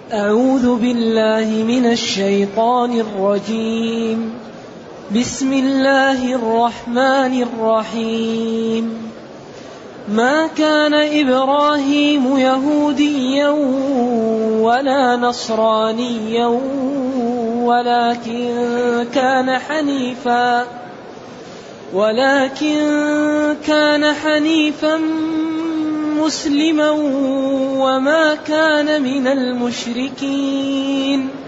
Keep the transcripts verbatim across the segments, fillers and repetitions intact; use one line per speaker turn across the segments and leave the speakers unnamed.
أعوذ بالله من الشيطان الرجيم. بسم الله الرحمن الرحيم. ما كان إبراهيم يهوديا ولا نصرانيا ولكن كان حنيفا ولكن كان حنيفا مسلما وما كان من المشركين.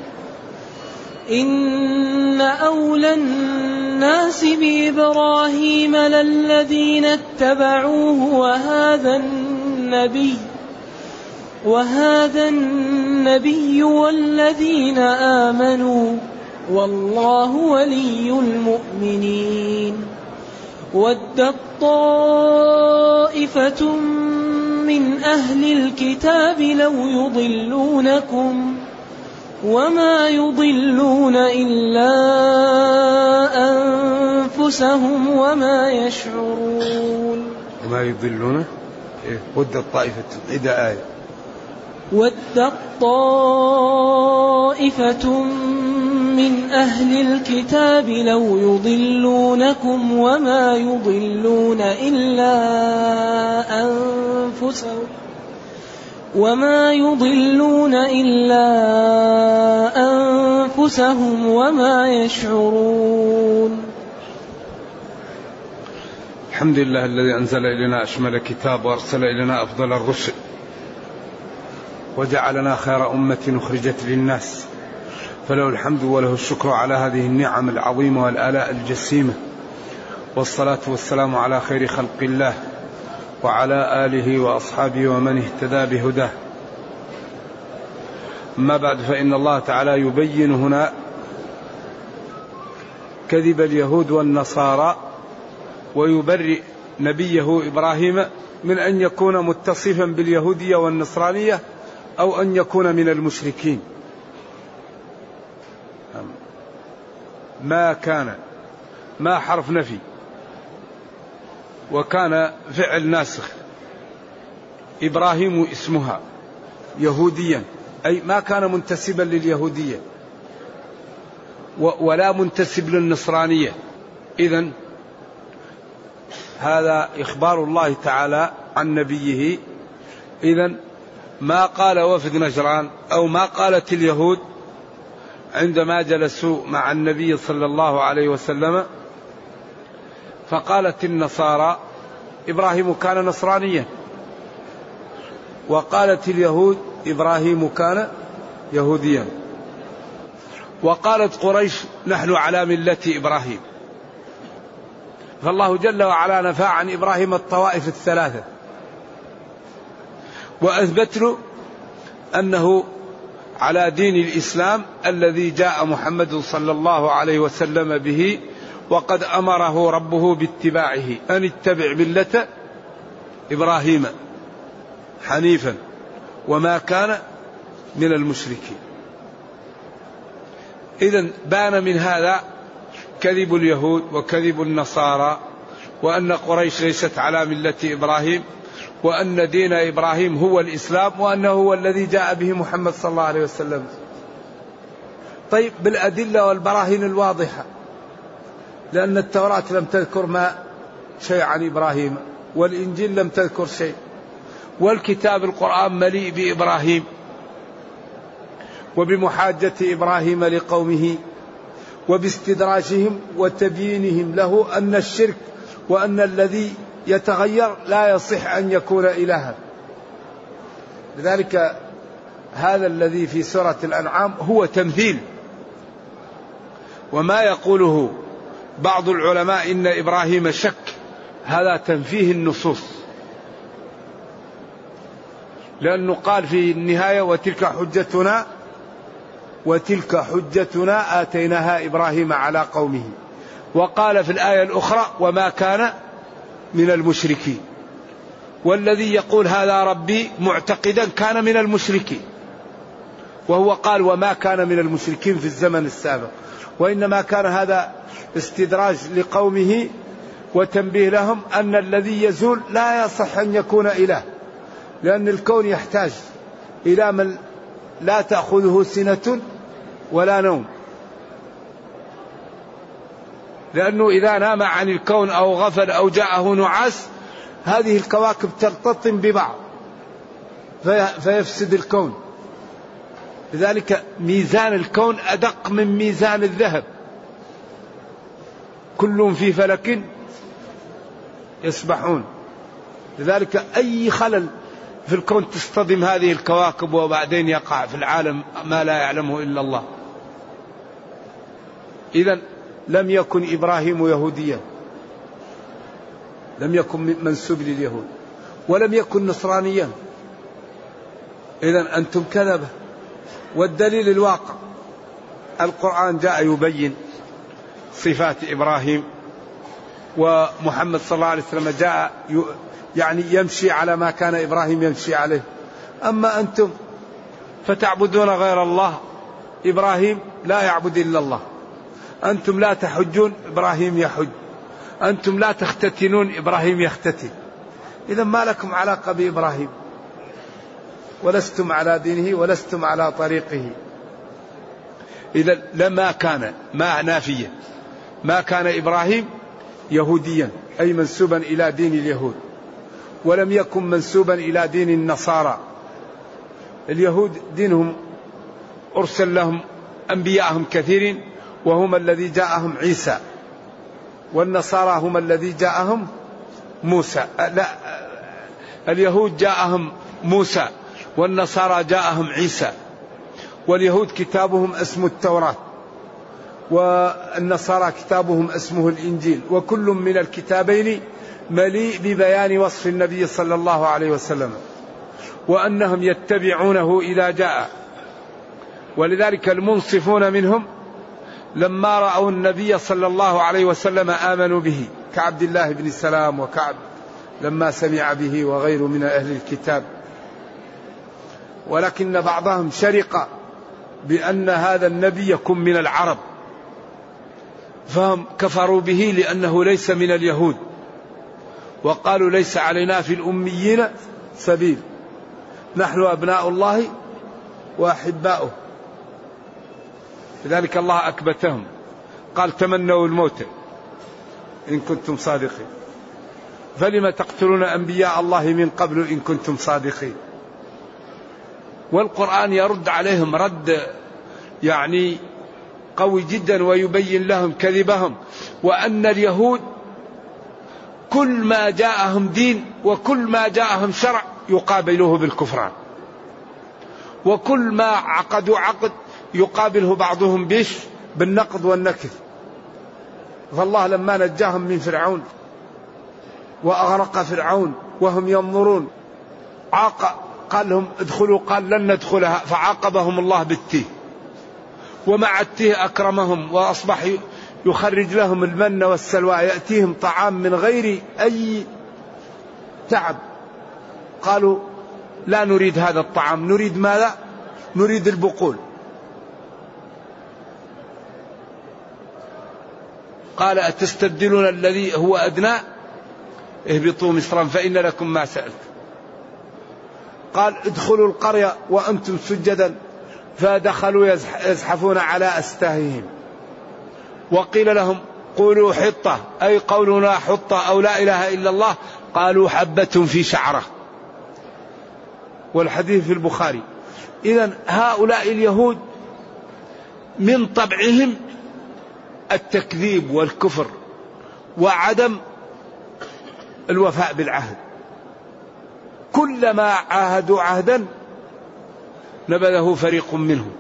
إن أولى الناس بإبراهيم للذين اتبعوه وهذا النبي وهذا النبي والذين آمنوا والله ولي المؤمنين. ودت طائفة من أهل الكتاب لو يضلونكم وما يضلون إلا أنفسهم وما يشعرون.
وما يضلون ودت طائفة إذا آية
ودت طائفة من أهل الكتاب لو يضلونكم وما يضلون إلا أنفسهم وما يضلون إلا أنفسهم وما يشعرون.
الحمد لله الذي أنزل إلينا أشمل كتاب وأرسل إلينا أفضل الرسل وجعلنا خير أمة أخرجت للناس، فله الحمد وله الشكر على هذه النعم العظيمة والآلاء الجسيمة، والصلاة والسلام على خير خلق الله وعلى آله وأصحابه ومن اهتدى بهداه. أما بعد، فإن الله تعالى يبين هنا كذب اليهود والنصارى ويبرئ نبيه إبراهيم من أن يكون متصفا باليهودية والنصرانية أو أن يكون من المشركين. ما كان ما حرف نفي، وكان فعل ناسخ. إبراهيم اسمها يهوديا، أي ما كان منتسبا لليهودية ولا منتسب للنصرانية. إذن هذا إخبار الله تعالى عن نبيه. إذن ما قال وفد نجران أو ما قالت اليهود عندما جلسوا مع النبي صلى الله عليه وسلم، فقالت النصارى إبراهيم كان نصرانيا، وقالت اليهود إبراهيم كان يهوديا، وقالت قريش نحن على ملة إبراهيم. فالله جل وعلا نفى عن إبراهيم الطوائف الثلاثة وأثبت له أنه على دين الإسلام الذي جاء محمد صلى الله عليه وسلم به، وقد أمره ربه باتباعه، أن اتبع ملة إبراهيم حنيفا وما كان من المشركين. إذن بان من هذا كذب اليهود وكذب النصارى، وأن قريش ليست على ملة إبراهيم، وأن دين إبراهيم هو الإسلام، وأنه هو الذي جاء به محمد صلى الله عليه وسلم. طيب، بالأدلة والبراهين الواضحة، لأن التوراة لم تذكر ما شيء عن إبراهيم، والإنجيل لم تذكر شيء، والكتاب القرآن مليء بإبراهيم وبمحاجة إبراهيم لقومه وباستدراجهم وتبيينهم له أن الشرك وأن الذي يتغير لا يصح أن يكون إلها. لذلك هذا الذي في سورة الأنعام هو تمثيل، وما يقوله بعض العلماء إن إبراهيم شك، هذا تنفيه النصوص، لأنه قال في النهاية وتلك حجتنا وتلك حجتنا آتيناها إبراهيم على قومه، وقال في الآية الأخرى وما كان من المشركين. والذي يقول هذا ربي معتقدا كان من المشركين، وهو قال وما كان من المشركين في الزمن السابق، وإنما كان هذا استدراج لقومه وتنبيه لهم أن الذي يزول لا يصح أن يكون إله، لأن الكون يحتاج إلى من لا تأخذه سنة ولا نوم، لأنه إذا نام عن الكون أو غفل أو جاءه نعاس هذه الكواكب ترتطم ببعض فيفسد الكون. لذلك ميزان الكون أدق من ميزان الذهب، كلهم في فلك يسبحون. لذلك أي خلل في الكون تصطدم هذه الكواكب وبعدين يقع في العالم ما لا يعلمه إلا الله. إذن لم يكن إبراهيم يهوديا، لم يكن منسوب لليهود، ولم يكن نصرانيا. إذن أنتم كذبة. والدليل الواقع القرآن جاء يبين صفات إبراهيم، ومحمد صلى الله عليه وسلم جاء يعني يمشي على ما كان إبراهيم يمشي عليه. أما أنتم فتعبدون غير الله، إبراهيم لا يعبد إلا الله. أنتم لا تحجون، إبراهيم يحج. أنتم لا تختتنون، إبراهيم يختتن. إذا ما لكم علاقة بإبراهيم، ولستم على دينه ولستم على طريقه. إذا لما كان ما نافية، ما كان إبراهيم يهوديا أي منسوبا إلى دين اليهود، ولم يكن منسوبا إلى دين النصارى. اليهود دينهم أرسل لهم أنبياءهم كثيرين وهم الذي جاءهم عيسى، والنصارى هم الذي جاءهم موسى. لا، اليهود جاءهم موسى والنصارى جاءهم عيسى. واليهود كتابهم اسمه التوراة، والنصارى كتابهم اسمه الإنجيل، وكل من الكتابين مليء ببيان وصف النبي صلى الله عليه وسلم وأنهم يتبعونه إذا جاء. ولذلك المنصفون منهم لما رأوا النبي صلى الله عليه وسلم آمنوا به، كعبد الله بن سلام وكعب لما سمع به وغيره من أهل الكتاب. ولكن بعضهم شرق بأن هذا النبي يكون من العرب، فهم كفروا به لأنه ليس من اليهود، وقالوا ليس علينا في الأميين سبيل، نحن أبناء الله وأحباؤه. لذلك الله أكبتهم، قال تمنوا الموت إن كنتم صادقين، فلم تقتلون أنبياء الله من قبل إن كنتم صادقين. والقرآن يرد عليهم رد يعني قوي جدا، ويبين لهم كذبهم، وأن اليهود كل ما جاءهم دين وكل ما جاءهم شرع يقابلوه بالكفران، وكل ما عقدوا عقد يقابله بعضهم بيش بالنقض والنكث. فالله لما نجاهم من فرعون وأغرق فرعون وهم ينظرون عاق قال لهم ادخلوا، قال لن ندخلها، فعاقبهم الله بالتيه، ومع التيه أكرمهم وأصبح يخرج لهم المن والسلوى، يأتيهم طعام من غير أي تعب. قالوا لا نريد هذا الطعام، نريد ماذا؟ نريد البقول. قال أتستبدلون الذي هو أدنى اهبطوا مصرا فإن لكم ما سألت. قال ادخلوا القرية وأنتم سجدا، فدخلوا يزحفون على أستاههم. وقيل لهم قولوا حطة، أي قولنا حطة أو لا إله إلا الله، قالوا حبة في شعرة، والحديث في البخاري. إذن هؤلاء اليهود من طبعهم التكذيب والكفر وعدم الوفاء بالعهد، كلما عاهدوا عهدا نبذه فريق منهم.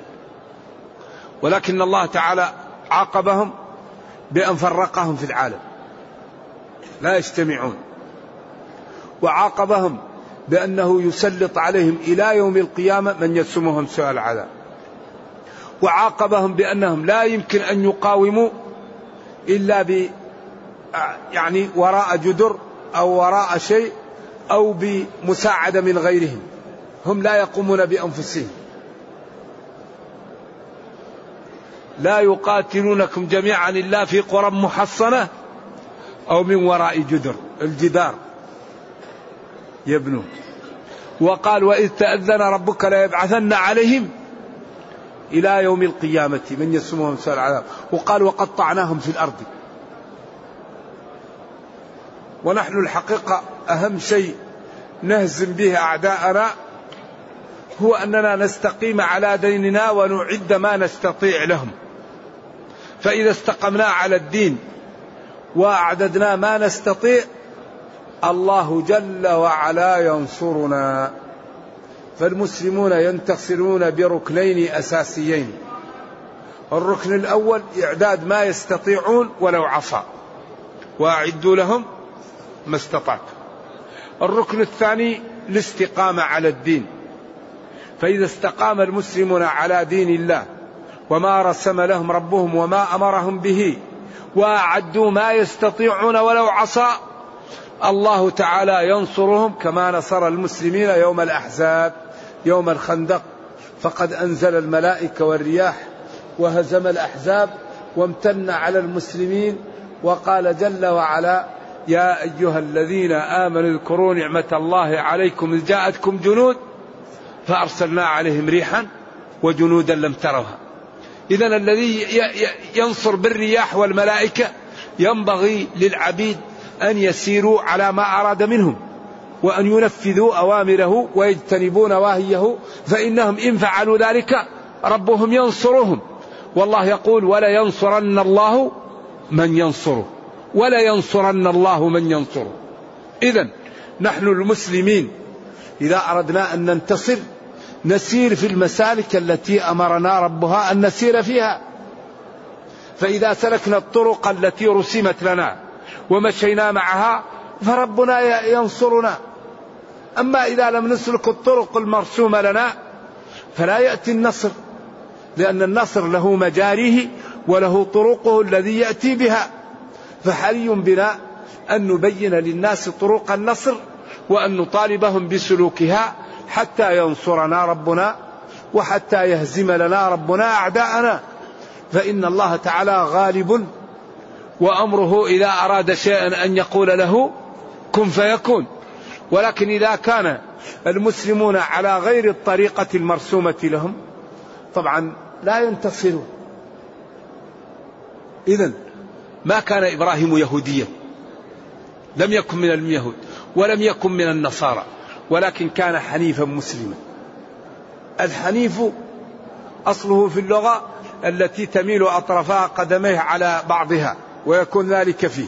ولكن الله تعالى عاقبهم بأن فرقهم في العالم لا يجتمعون، وعاقبهم بأنه يسلط عليهم إلى يوم القيامة من يسمهم سوء العذاب، وعاقبهم بأنهم لا يمكن أن يقاوموا إلا ب يعني وراء جدر أو وراء شيء أو بمساعدة من غيرهم، هم لا يقومون بأنفسهم. لا يقاتلونكم جميعا إلا في قرى محصنة أو من وراء جدر، الجدار يبنون. وقال وإذ تأذن ربك ليبعثن عليهم إلى يوم القيامة من يسومهم سوء العذاب، وقال وقطعناهم في الأرض. ونحن الحقيقة أهم شيء نهزم به أعداءنا هو أننا نستقيم على ديننا ونعد ما نستطيع لهم. فإذا استقمنا على الدين وأعددنا ما نستطيع الله جل وعلا ينصرنا. فالمسلمون ينتصرون بركنين أساسيين. الركن الأول إعداد ما يستطيعون ولو عصى، وأعدوا لهم ما استطعتم. الركن الثاني الاستقامة على الدين. فإذا استقام المسلمون على دين الله وما رسم لهم ربهم وما أمرهم به وأعدوا ما يستطيعون ولو عصى، الله تعالى ينصرهم كما نصر المسلمين يوم الأحزاب يوم الخندق، فقد أنزل الملائكة والرياح وهزم الأحزاب وامتن على المسلمين وقال جل وعلا يا أيها الذين آمنوا اذكروا نعمة الله عليكم إذ جاءتكم جنود فأرسلنا عليهم ريحا وجنودا لم تروها. إذن الذي ينصر بالرياح والملائكة ينبغي للعبيد أن يسيروا على ما أراد منهم وأن ينفذوا أوامره ويجتنبوا نواهيه، فإنهم إن فعلوا ذلك ربهم ينصرهم. والله يقول ولا ينصرن الله من ينصره، ولا ينصرن الله من ينصره. إذن نحن المسلمين إذا أردنا أن ننتصر نسير في المسالك التي أمرنا ربها أن نسير فيها. فإذا سلكنا الطرق التي رسمت لنا ومشينا معها فربنا ينصرنا. أما إذا لم نسلك الطرق المرسومة لنا فلا يأتي النصر، لأن النصر له مجاريه وله طرقه الذي يأتي بها. فحري بنا أن نبين للناس طرق النصر وأن نطالبهم بسلوكها حتى ينصرنا ربنا وحتى يهزم لنا ربنا أعداءنا. فإن الله تعالى غالب، وأمره إذا أراد شيئا أن يقول له كن فيكون. ولكن إذا كان المسلمون على غير الطريقة المرسومة لهم طبعا لا ينتصرون. إذن ما كان إبراهيم يهوديا، لم يكن من اليهود ولم يكن من النصارى، ولكن كان حنيفا مسلما. الحنيف أصله في اللغة التي تميل أطرافها قدميه على بعضها ويكون ذلك فيه.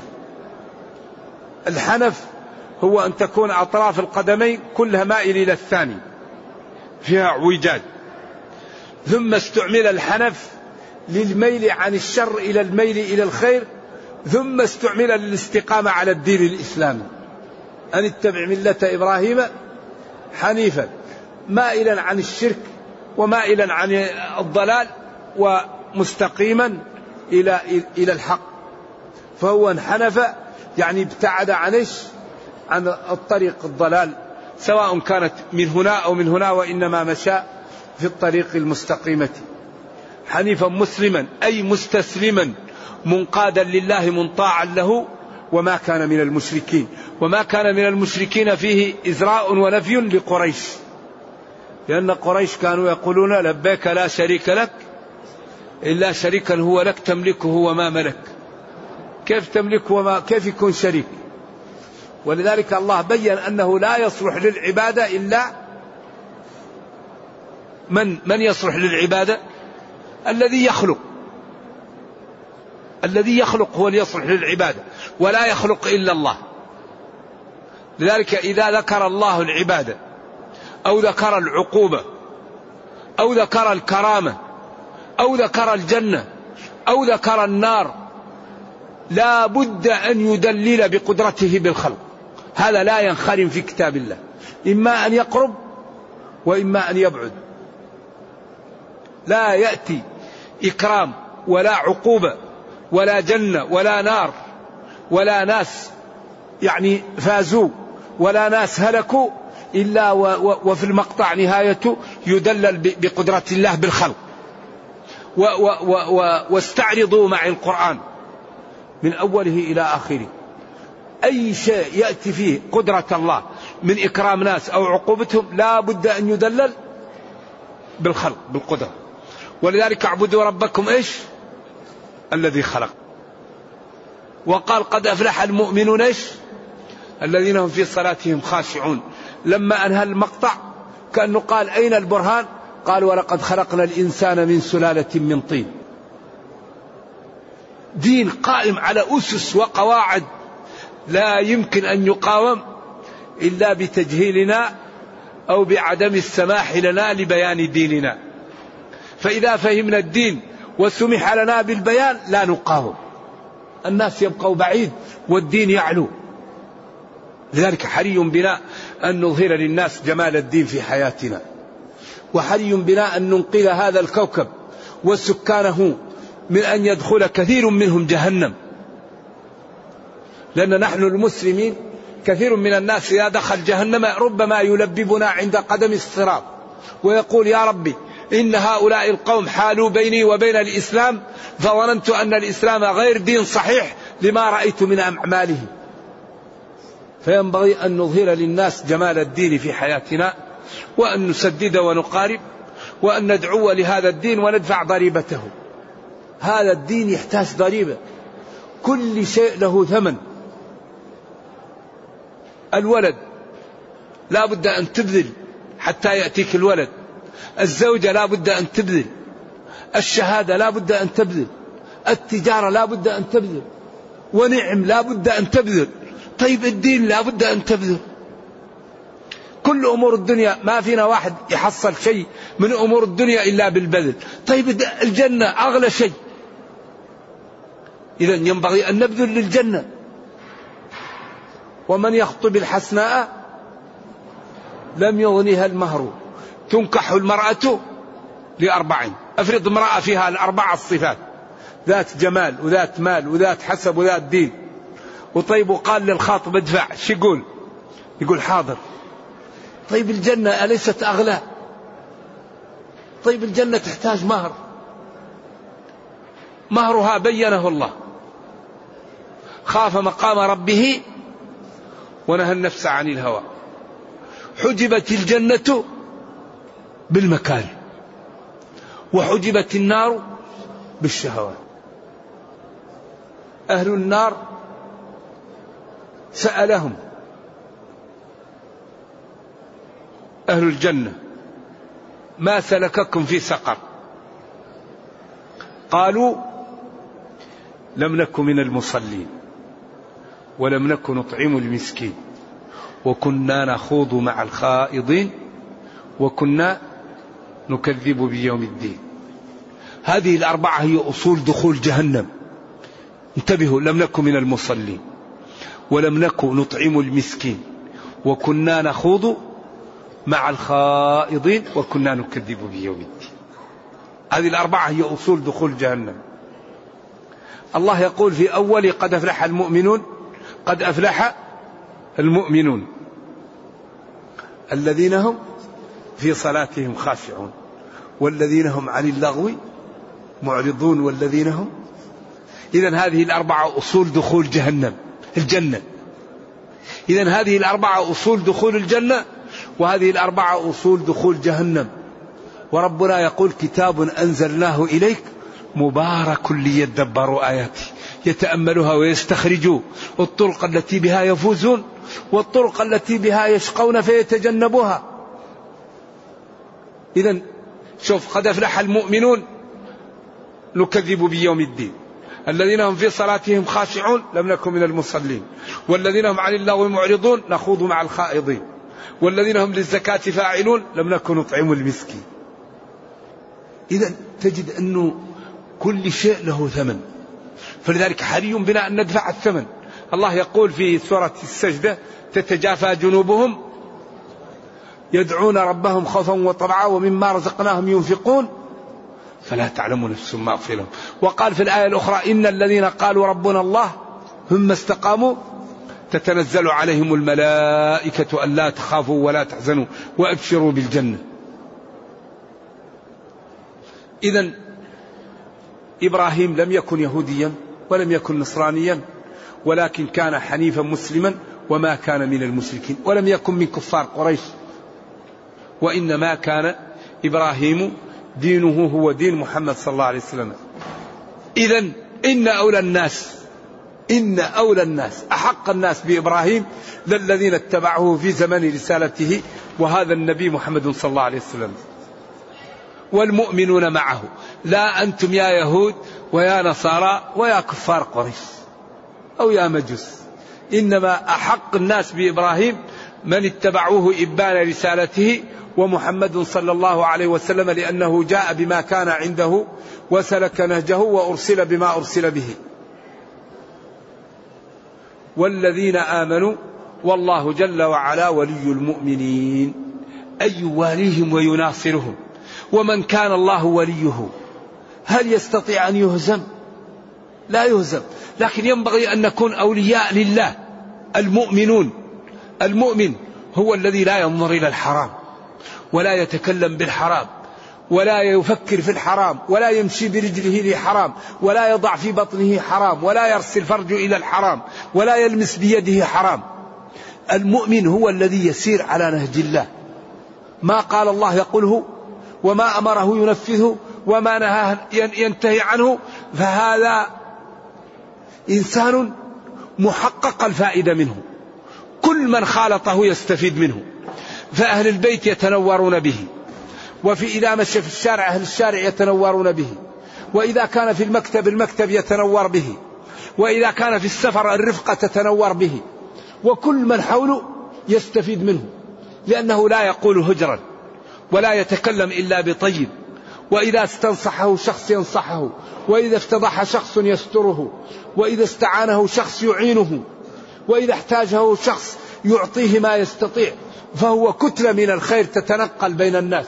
الحنف هو أن تكون أطراف القدمين كلها مائل إلى الثاني فيها اعوجاج. ثم استعمل الحنف للميل عن الشر إلى الميل إلى الخير، ثم استعمل للاستقامة على الدين الإسلامي. أن اتبع ملة إبراهيم حنيفا مائلا عن الشرك ومائلا عن الضلال ومستقيما إلى إلى الحق. فهو انحنف يعني ابتعد عن عن الطريق الضلال، سواء كانت من هنا أو من هنا، وإنما مشى في الطريق المستقيمة. حنيفا مسلما أي مستسلما منقادا لله منطاعا له، وما كان من المشركين. وما كان من المشركين فيه إزراء ونفي لقريش، لأن قريش كانوا يقولون لبيك لا شريك لك إلا شريكا هو لك تملكه وما ملك. كيف تملك وما كيف يكون شريك؟ ولذلك الله بين أنه لا يصلح للعبادة إلا من من يصلح للعبادة؟ الذي يخلق. الذي يخلق هو اللي يصلح للعبادة، ولا يخلق إلا الله. لذلك إذا ذكر الله العبادة أو ذكر العقوبة أو ذكر الكرامة أو ذكر الجنة أو ذكر النار لا بد أن يدلل بقدرته بالخلق. هذا لا ينخرم في كتاب الله، إما أن يقرب وإما أن يبعد. لا يأتي إكرام ولا عقوبة ولا جنة ولا نار ولا ناس يعني فازوا ولا ناس هلكوا إلا وفي المقطع نهايته يدلل بقدرة الله بالخلق. واستعرضوا مع القرآن من أوله إلى آخره، أي شيء يأتي فيه قدرة الله من إكرام ناس أو عقوبتهم لا بد أن يدلل بالخلق بالقدرة. ولذلك اعبدوا ربكم إيش الذي خلق. وقال قد أفلح المؤمنون إيش الذين هم في صلاتهم خاشعون. لما أنهى المقطع كأنه قال أين البرهان؟ قال ولقد خلقنا الإنسان من سلالة من طين. دين قائم على أسس وقواعد لا يمكن أن يقاوم إلا بتجهيلنا أو بعدم السماح لنا لبيان ديننا. فإذا فهمنا الدين وسمح لنا بالبيان لا نقاوم. الناس يبقوا بعيد والدين يعلو. لذلك حري بنا أن نظهر للناس جمال الدين في حياتنا، وحري بنا أن ننقذ هذا الكوكب وسكانه من أن يدخل كثير منهم جهنم. لأن نحن المسلمين كثير من الناس إذا دخل جهنم ربما يلببنا عند قدم الصراط ويقول يا ربي إن هؤلاء القوم حالوا بيني وبين الإسلام فظننت أن الإسلام غير دين صحيح لما رأيت من أعماله. فينبغي أن نظهر للناس جمال الدين في حياتنا، وأن نسدد ونقارب، وأن ندعو لهذا الدين وندفع ضريبته. هذا الدين يحتاج ضريبة. كل شيء له ثمن. الولد لا بد أن تبذل حتى يأتيك الولد. الزوجة لا بد أن تبذل. الشهادة لا بد أن تبذل. التجارة لا بد أن تبذل. ونعم لا بد أن تبذل. طيب الدين لا بد أن تبذل. كل أمور الدنيا ما فينا واحد يحصل شيء من أمور الدنيا إلا بالبذل. طيب الجنة أغلى شيء، إذن ينبغي أن نبذل للجنة. ومن يخطب الحسناء لم يغنها المهر. تنكح المرأة لأربع. أفرض امرأة فيها الأربع الصفات، ذات جمال وذات مال وذات حسب وذات دين. وطيب وقال للخاطب ادفع، شو يقول؟ يقول حاضر. طيب الجنة أليست أغلى؟ طيب الجنة تحتاج مهر. مهرها بينه الله. خاف مقام ربه ونهى النفس عن الهوى. حجبت الجنة بالمكاره وحجبت النار بالشهوات. أهل النار سألهم أهل الجنة ما سلككم في سقر؟ قالوا لم نكن من المصلين ولم نكن نطعم المسكين وكنا نخوض مع الخائضين وكنا نكذب بيوم الدين. هذه الأربعة هي أصول دخول جهنم. انتبهوا، لم نكن من المصلين ولم نكن نطعم المسكين وكنا نخوض مع الخائضين وكنا نكذب بيوم الدين. هذه الأربعة هي أصول دخول جهنم. الله يقول في أول قد أفلح المؤمنون، قد أفلح المؤمنون الذين هم في صلاتهم خاشعون والذين هم عن اللغو معرضون والذين هم. إذن هذه الأربعة أصول دخول جهنم الجنة. إذن هذه الأربعة أصول دخول الجنة، وهذه الأربعة أصول دخول جهنم. وربنا يقول كتاب أنزلناه إليك مبارك ليدبروا آياته يتأملها ويستخرجوا الطرق التي بها يفوزون والطرق التي بها يشقون فيتجنبوها. إذن شوف، قد أفلح المؤمنون نكذب بيوم الدين الذين هم في صلاتهم خاشعون لم نكن من المصلين والذين هم عن اللغو معرضون نخوض مع الخائضين والذين هم للزكاة فاعلون لم نكن نطعم المسكين. إذن تجد أنه كل شيء له ثمن، فلذلك حري بنا أن ندفع الثمن. الله يقول في سورة السجدة تتجافى جنوبهم يدعون ربهم خوفا وطمعا ومما رزقناهم ينفقون فلا تعلم نفس ما أخفي لهم. وقال في الآية الأخرى إن الذين قالوا ربنا الله ثم استقاموا تتنزل عليهم الملائكة ألا تخافوا ولا تحزنوا وأبشروا بالجنة. إذن إبراهيم لم يكن يهوديا ولم يكن نصرانيا ولكن كان حنيفا مسلما وما كان من المشركين ولم يكن من كفار قريش، وإنما كان إبراهيم دينه هو دين محمد صلى الله عليه وسلم. إذن إن أولى الناس إن أولى الناس أحق الناس بإبراهيم للذين اتبعوه في زمن رسالته، وهذا النبي محمد صلى الله عليه وسلم والمؤمنون معه، لا أنتم يا يهود ويا نصارى ويا كفار قريش أو يا مجوس، إنما أحق الناس بإبراهيم من اتبعوه إبان رسالته ومحمد صلى الله عليه وسلم، لأنه جاء بما كان عنده وسلك نهجه وأرسل بما أرسل به. والذين آمنوا والله جل وعلا ولي المؤمنين، أي يواليهم ويناصرهم. ومن كان الله وليه هل يستطيع أن يهزم؟ لا يهزم، لكن ينبغي أن نكون أولياء لله. المؤمنون المؤمن هو الذي لا ينظر إلى الحرام ولا يتكلم بالحرام ولا يفكر في الحرام ولا يمشي برجله لحرام ولا يضع في بطنه حرام ولا يرسل الفرج إلى الحرام ولا يلمس بيده حرام. المؤمن هو الذي يسير على نهج الله، ما قال الله يقوله وما أمره ينفذه وما نهاه ينتهي عنه، فهذا إنسان محقق الفائدة منه، كل من خالطه يستفيد منه. فأهل البيت يتنورون به، وفي إذا مشى في الشارع أهل الشارع يتنورون به، وإذا كان في المكتب المكتب يتنور به، وإذا كان في السفر الرفقة تتنور به، وكل من حوله يستفيد منه، لأنه لا يقول هجرا ولا يتكلم إلا بطيب، وإذا استنصحه شخص ينصحه، وإذا افتضح شخص يستره، وإذا استعانه شخص يعينه، وإذا احتاجه شخص يعطيه ما يستطيع، فهو كتلة من الخير تتنقل بين الناس.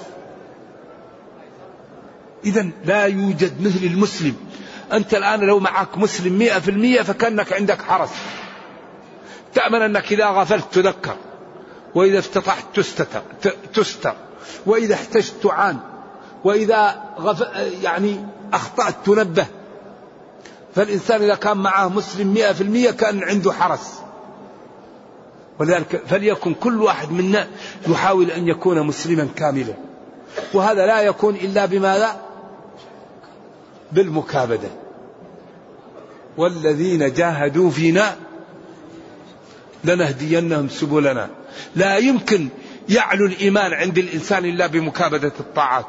إذن لا يوجد مثل المسلم. أنت الآن لو معك مسلم مئة في المئة فكأنك عندك حرس، تأمن أنك إذا غفلت تذكر، وإذا افتتحت تستر, تستر وإذا احتجت تعان، وإذا غف... يعني أخطأت تنبه. فالإنسان إذا كان معه مسلم مئة في المئة كأن عنده حرس. ولذلك فليكن كل واحد منا يحاول أن يكون مسلما كاملا، وهذا لا يكون إلا بماذا؟ بالمكابدة. والذين جاهدوا فينا لنهدينهم سبلنا. لا يمكن يعلو الإيمان عند الإنسان إلا بمكابدة الطاعات.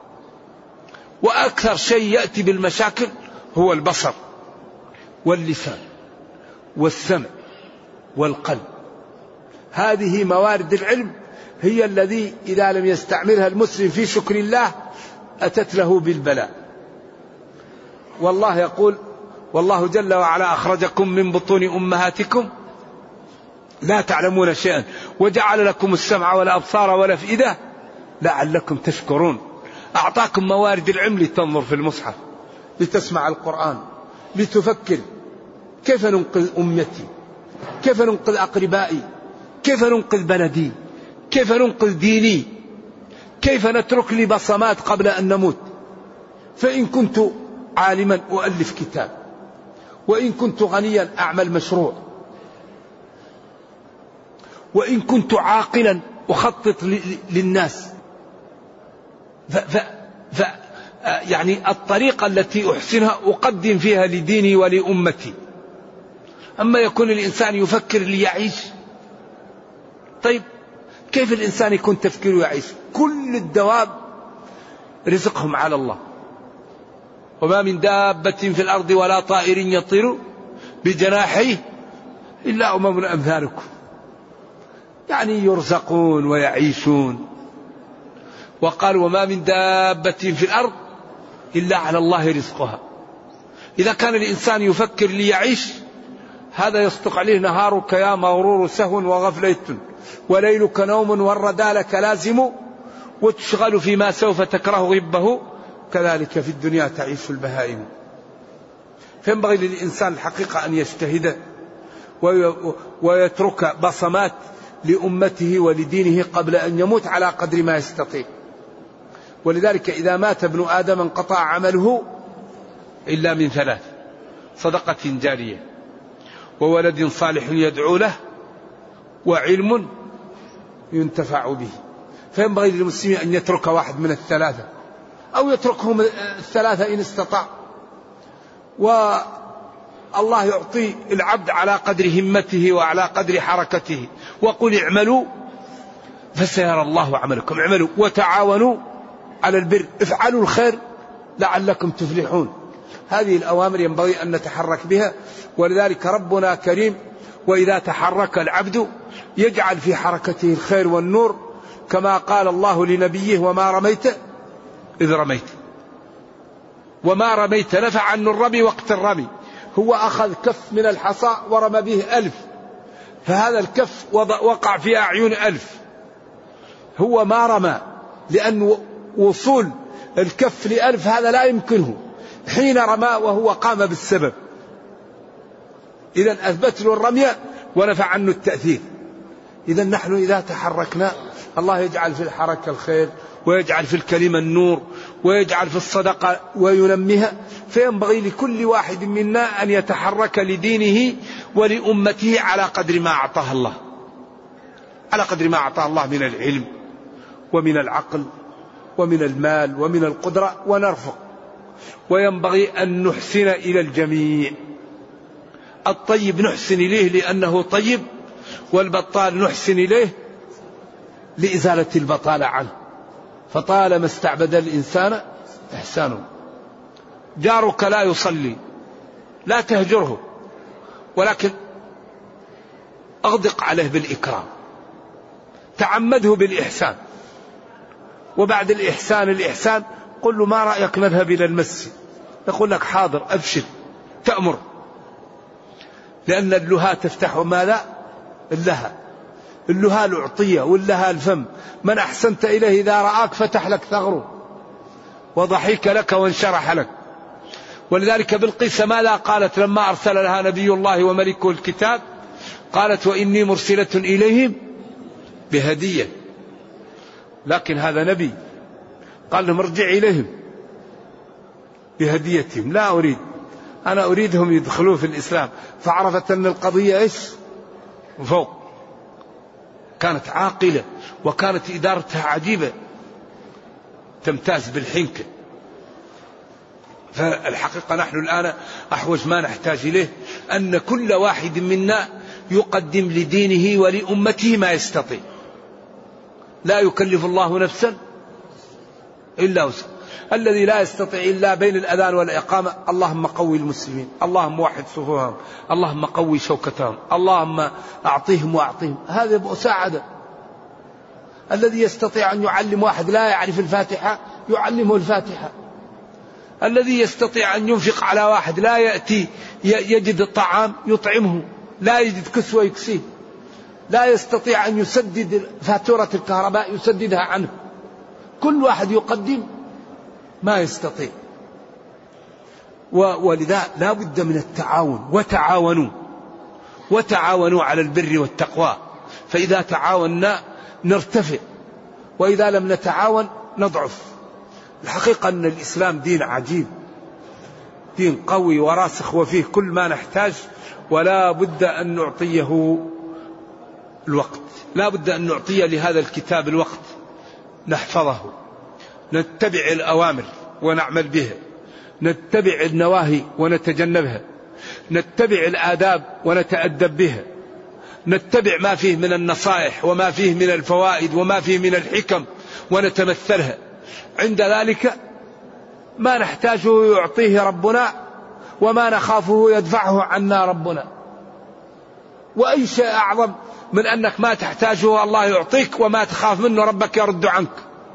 وأكثر شيء يأتي بالمشاكل هو البصر واللسان والسمع والقلب. هذه موارد العلم هي الذي إذا لم يستعملها المسلم في شكر الله أتت له بالبلاء. والله يقول: والله جل وعلا أخرجكم من بطون أمهاتكم لا تعلمون شيئا وجعل لكم السمع والأبصار والأفئدة لعلكم تشكرون. أعطاكم موارد العلم لتنظر في المصحف، لتسمع القرآن، لتفكر كيف ننقذ أمتي، كيف ننقذ أقربائي، كيف ننقذ بلدي، كيف ننقذ ديني، كيف نترك لي بصمات قبل أن نموت. فإن كنت عالما أؤلف كتاب، وإن كنت غنيا أعمل مشروع، وإن كنت عاقلا أخطط للناس. ف ف ف يعني الطريقة التي أحسنها أقدم فيها لديني ولأمتي. أما يكون الإنسان يفكر ليعيش، طيب كيف الإنسان يكون تفكيره يعيش؟ كل الدواب رزقهم على الله، وما من دابة في الأرض ولا طائر يطير بجناحيه إلا أمم أمثالكم، يعني يرزقون ويعيشون. وقال: وما من دابة في الأرض إلا على الله رزقها. إذا كان الإنسان يفكر ليعيش، هذا يصدق عليه: نهارك يا مغرور سهو وغفلة، وليلك نوم والردى لك لازم، وتشغل فيما سوف تكره غبه، كذلك في الدنيا تعيش البهائم. فينبغي للإنسان الحقيقة أن يجتهد ويترك بصمات لأمته ولدينه قبل أن يموت على قدر ما يستطيع. ولذلك إذا مات ابن آدم انقطع عمله إلا من ثلاث: صدقة جارية، وولد صالح يدعو له، وعلم ينتفع به. فينبغي للمسلمين أن يترك واحد من الثلاثة أو يتركهم الثلاثة إن استطاع. والله يعطي العبد على قدر همته وعلى قدر حركته. وقل اعملوا فسيرى الله عملكم. اعملوا وتعاونوا على البر، افعلوا الخير لعلكم تفلحون. هذه الأوامر ينبغي أن نتحرك بها، ولذلك ربنا كريم، وإذا تحرك العبد يجعل في حركته الخير والنور، كما قال الله لنبيه وما رميت إذ رميت وما رميت نفع عنه الرمي وقت الرمي. هو أخذ كف من الحصى ورمى به ألف، فهذا الكف وقع في أعين ألف. هو ما رمى، لأن وصول الكف لألف هذا لا يمكنه حين رمى وهو قام بالسبب. إذا أثبت له الرمي ونفع عنه التأثير. إذا نحن إذا تحركنا الله يجعل في الحركة الخير، ويجعل في الكلمة النور، ويجعل في الصدقة وينميها. فينبغي لكل واحد منا أن يتحرك لدينه ولأمته على قدر ما أعطاه الله، على قدر ما أعطاه الله من العلم ومن العقل ومن المال ومن القدرة، ونرفق. وينبغي أن نحسن إلى الجميع. الطيب نحسن إليه لأنه طيب، والبطال نحسن إليه لإزالة البطالة عنه. فطالما استعبد الإنسان إحسانه. جارك لا يصلي لا تهجره، ولكن أغدق عليه بالإكرام، تعمده بالإحسان، وبعد الإحسان الإحسان قل له ما رأيك نذهب إلى المسجد؟ يقول لك حاضر أبشر، تأمر. لأن اللها تفتح ماذا؟ اللها. اللها العطية واللها الفم. من أحسنت إليه إذا رآك فتح لك ثغره وضحك لك وانشرح لك. ولذلك بلقيس ماذا قالت لما أرسل لها نبي الله وملكه الكتاب؟ قالت وإني مرسلة إليهم بهدية. لكن هذا نبي، قال لهم ارجع إليهم بهديتهم، لا أريد، أنا أريدهم يدخلوا في الإسلام. فعرفت أن القضية إيش؟ فوق. كانت عاقلة، وكانت إدارتها عجيبة، تمتاز بالحنكة. فالحقيقة نحن الآن أحوج ما نحتاج إليه أن كل واحد منا يقدم لدينه ولأمته ما يستطيع. لا يكلف الله نفسا إلا وسعها. الذي لا يستطيع إلا بين الأذان والإقامة اللهم قوي المسلمين، اللهم وحد صفوفهم، اللهم قوي شوكتهم، اللهم أعطيهم وأعطيهم. هذا مساعدة. الذي يستطيع أن يعلم واحد لا يعرف الفاتحة يعلمه الفاتحة. الذي يستطيع أن ينفق على واحد لا يأتي يجد الطعام يطعمه، لا يجد كسوة يكسيه. لا يستطيع أن يسدد فاتورة الكهرباء يسددها عنه. كل واحد يقدم ما يستطيع. ولذا لا بد من التعاون. وتعاونوا وتعاونوا على البر والتقوى. فإذا تعاوننا نرتفع، وإذا لم نتعاون نضعف. الحقيقة أن الإسلام دين عجيب، دين قوي وراسخ، وفيه كل ما نحتاج، ولا بد أن نعطيه الوقت. لا بد أن نعطي لهذا الكتاب الوقت، نحفظه، نتبع الأوامر ونعمل بها، نتبع النواهي ونتجنبها، نتبع الآداب ونتأدب بها، نتبع ما فيه من النصائح وما فيه من الفوائد وما فيه من الحكم ونتمثلها. عند ذلك ما نحتاجه يعطيه ربنا، وما نخافه يدفعه عنا ربنا. وأي شيء أعظم من أنك ما تحتاجه الله يعطيك، وما تخاف منه ربك يرد عنك.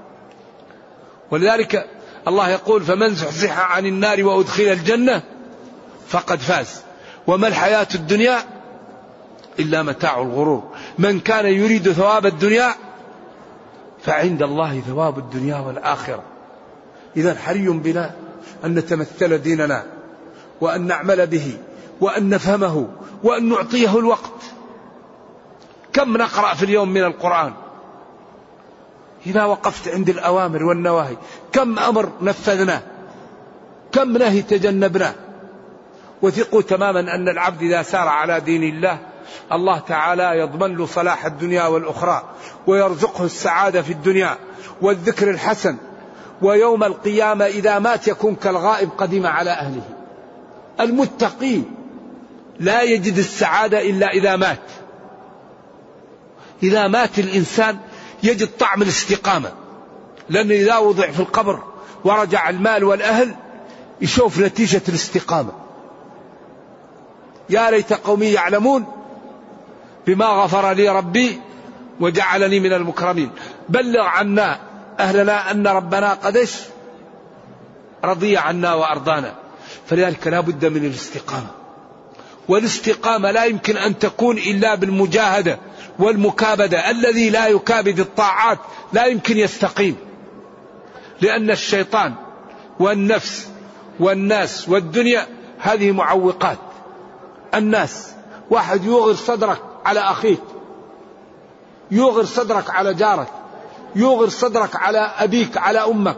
ولذلك الله يقول فمن زحزح عن النار وأدخل الجنة فقد فاز، وما الحياة الدنيا إلا متاع الغرور. من كان يريد ثواب الدنيا فعند الله ثواب الدنيا والآخرة. إذا حري بنا أن نتمثل ديننا، وأن نعمل به، وأن نفهمه، وأن نعطيه الوقت. كم نقرأ في اليوم من القرآن؟ إذا وقفت عند الأوامر والنواهي كم أمر نفذناه، كم نهي تجنبناه. وثقوا تماما أن العبد إذا سار على دين الله الله تعالى يضمن له صلاح الدنيا والأخرى ويرزقه السعادة في الدنيا والذكر الحسن، ويوم القيامة إذا مات يكون كالغائب قدم على أهله. المتقي لا يجد السعادة إلا إذا مات. إذا مات الإنسان يجد طعم الاستقامة، لأنه إذا وضع في القبر ورجع المال والأهل يشوف نتيجة الاستقامة. يا ليت قومي يعلمون بما غفر لي ربي وجعلني من المكرمين. بلغ عنا أهلنا أن ربنا قدش رضي عنا وأرضانا. فلذلك لا بد من الاستقامة، والاستقامة لا يمكن أن تكون إلا بالمجاهدة والمكابدة. الذي لا يكابد الطاعات لا يمكن يستقيم، لأن الشيطان والنفس والناس والدنيا هذه معوقات. الناس، واحد يوغر صدرك على أخيك، يوغر صدرك على جارك، يوغر صدرك على أبيك على أمك.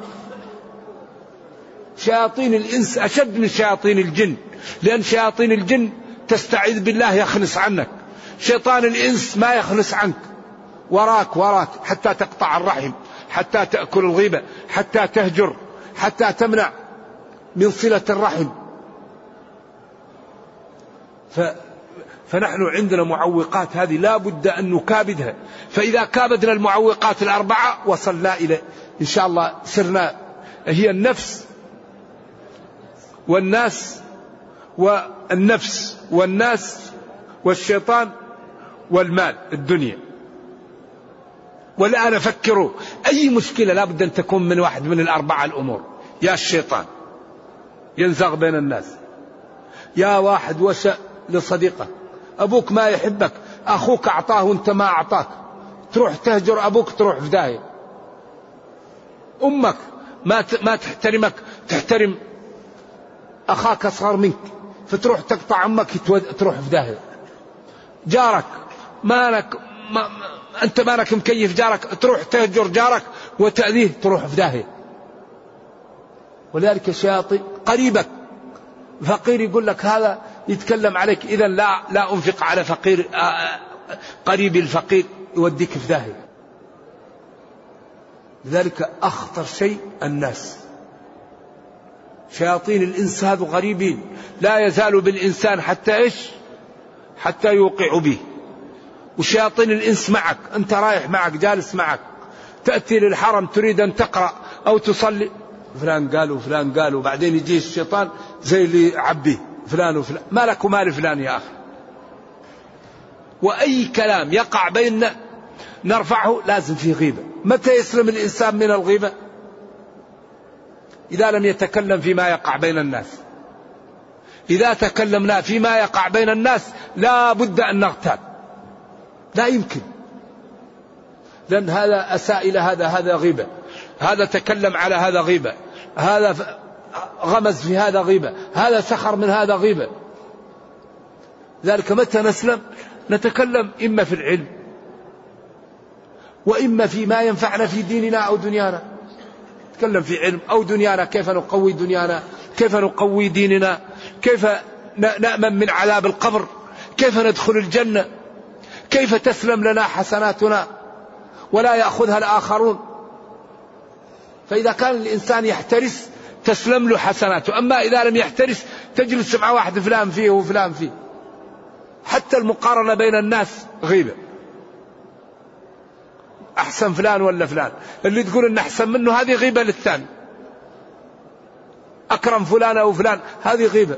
شياطين الإنس أشد من شياطين الجن، لأن شياطين الجن تستعيذ بالله يخلص عنك، شيطان الإنس ما يخلص عنك، وراك وراك حتى تقطع الرحم، حتى تأكل الغيبة، حتى تهجر، حتى تمنع من صلة الرحم. ف... فنحن عندنا معوقات هذه لا بد أن نكابدها. فإذا كابدنا المعوقات الأربعة وصلنا إلى إن شاء الله سرنا، هي النفس والناس والنفس والناس والشيطان والمال الدنيا. والآن فكروا أي مشكلة لا بد أن تكون من واحد من الأربعة الأمور. يا الشيطان ينزغ بين الناس، يا واحد وشأ لصديقك، أبوك ما يحبك، أخوك أعطاه وأنت ما أعطاك، تروح تهجر أبوك تروح في داهية، أمك ما ما تحترمك تحترم أخاك أصغر منك فتروح تقطع أمك تروح في داهية، جارك مالك ما أنت مالك مكيف جارك تروح تهجر جارك وتأذيه تروح في داهية. ولذلك الشياطين قريبك فقير يقول لك هذا يتكلم عليك، إذا لا لا أنفق على فقير قريب الفقير يوديك في داهية. لذلك أخطر شيء الناس. شياطين الإنس هذو غريبين لا يزال بالإنسان حتى إيش حتى يوقع به. وشياطين الإنس معك، أنت رايح معك جالس معك، تأتي للحرم تريد أن تقرأ أو تصلي، فلان قالوا فلان قالوا، بعدين يجي الشيطان زي اللي عبيه فلان وفلان، ما لك ومال فلان يا أخي. وأي كلام يقع بيننا نرفعه لازم فيه غيبة. متى يسلم الإنسان من الغيبة؟ إذا لم يتكلم فيما يقع بين الناس. إذا تكلمنا فيما يقع بين الناس لا بد أن نغتاب، لا يمكن، لأن هذا أساء إلى هذا هذا غيبة، هذا تكلم على هذا غيبة، هذا غمز في هذا غيبة، هذا سخر من هذا غيبة. ذلك متى نسلم؟ نتكلم إما في العلم وإما فيما ينفعنا في ديننا أو دنيانا. نتكلم في علم أو دنيانا، كيف نقوي دنيانا، كيف نقوي ديننا، كيف نأمن من عذاب القبر، كيف ندخل الجنة، كيف تسلم لنا حسناتنا ولا يأخذها الآخرون. فإذا كان الإنسان يحترس تسلم له حسناته، أما إذا لم يحترس تجلس مع واحد فلان فيه وفلان فيه. حتى المقارنة بين الناس غيبة، أحسن فلان ولا فلان، اللي تقول إن أحسن منه هذه غيبة للثاني، أكرم فلان أو فلان هذه غيبة.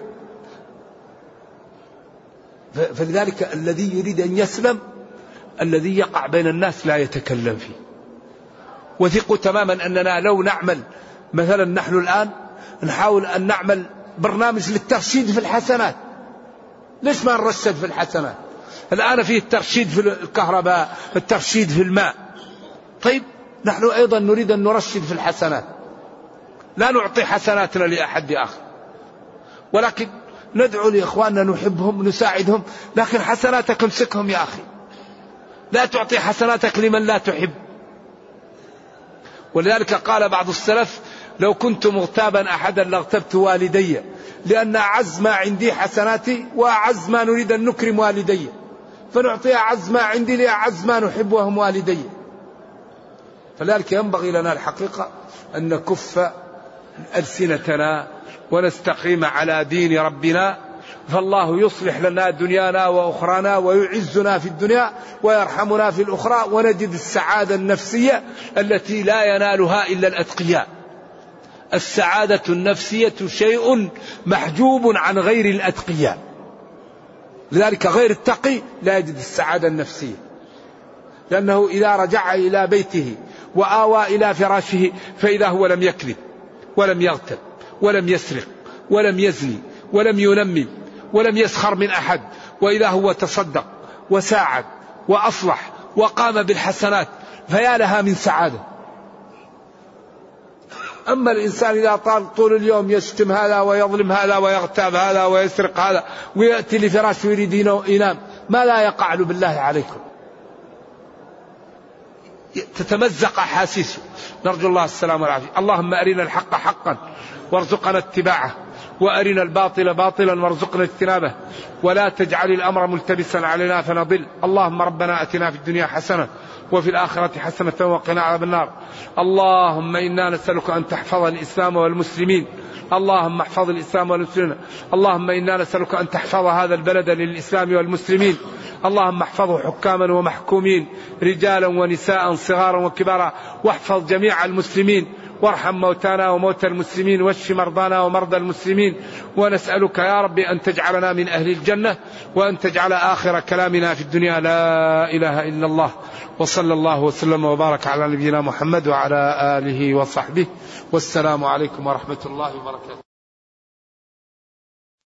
فلذلك الذي يريد أن يسلم الذي يقع بين الناس لا يتكلم فيه. وثقوا تماما أننا لو نعمل مثلا نحن الآن نحاول أن نعمل برنامج للترشيد في الحسنات، ليش ما نرشد في الحسنات؟ الآن فيه الترشيد في الكهرباء، الترشيد في الماء، طيب نحن أيضا نريد أن نرشد في الحسنات، لا نعطي حسناتنا لأحد آخر، ولكن ندعو لإخواننا نحبهم نساعدهم، لكن حسناتك امسكهم يا أخي، لا تعطي حسناتك لمن لا تحب. ولذلك قال بعض السلف لو كنت مغتابا أحدا لاغتبت والدي، لأن أعز ما عندي حسناتي وأعز ما نريد أن نكرم والدي، فنعطي أعز ما عندي لأعز ما نحب وهم والدي. فلذلك ينبغي لنا الحقيقة أن نكف ألسنتنا ونستقيم على دين ربنا، فالله يصلح لنا دنيانا وأخرانا ويعزنا في الدنيا ويرحمنا في الأخرى، ونجد السعادة النفسية التي لا ينالها إلا الأتقياء. السعادة النفسية شيء محجوب عن غير الأتقياء، لذلك غير التقي لا يجد السعادة النفسية، لأنه إذا رجع إلى بيته وآوى إلى فراشه فإذا هو لم يكذب ولم يغتب ولم يسرق ولم يزني ولم ينمم ولم يسخر من أحد، وإذا هو تصدق وساعد وأصلح وقام بالحسنات، فيا لها من سعادة. أما الإنسان إذا طال طول اليوم يشتم هذا ويظلم هذا ويغتاب هذا ويسرق هذا ويأتي لفراشه ويريد ينام، ما لا يقع له بالله عليكم؟ تتمزق أحاسيسه. نرجو الله السلام والعافية. اللهم أرنا الحق حقا وارزقنا اتباعه، وأرنا الباطل باطلا وارزقنا اجتنابه، ولا تجعل الأمر ملتبسا علينا فنضل. اللهم ربنا أتنا في الدنيا حسنة وفي الآخرة حسنة وقنا عذاب النار. اللهم إنا نسألك أن تحفظ الإسلام والمسلمين، اللهم احفظ الإسلام والمسلمين. اللهم إنا نسألك أن تحفظ هذا البلد للإسلام والمسلمين، اللهم احفظه حكاما ومحكومين، رجالا ونساء صغارا وكبارا، واحفظ جميع المسلمين، وارحم موتانا وموتى المسلمين، واشف مرضانا ومرضى المسلمين. ونسألك يا رب أن تجعلنا من أهل الجنة، وأن تجعل آخر كلامنا في الدنيا لا إله إلا الله. وصلى الله وسلم وبارك على نبينا محمد وعلى آله وصحبه، والسلام عليكم ورحمة الله وبركاته.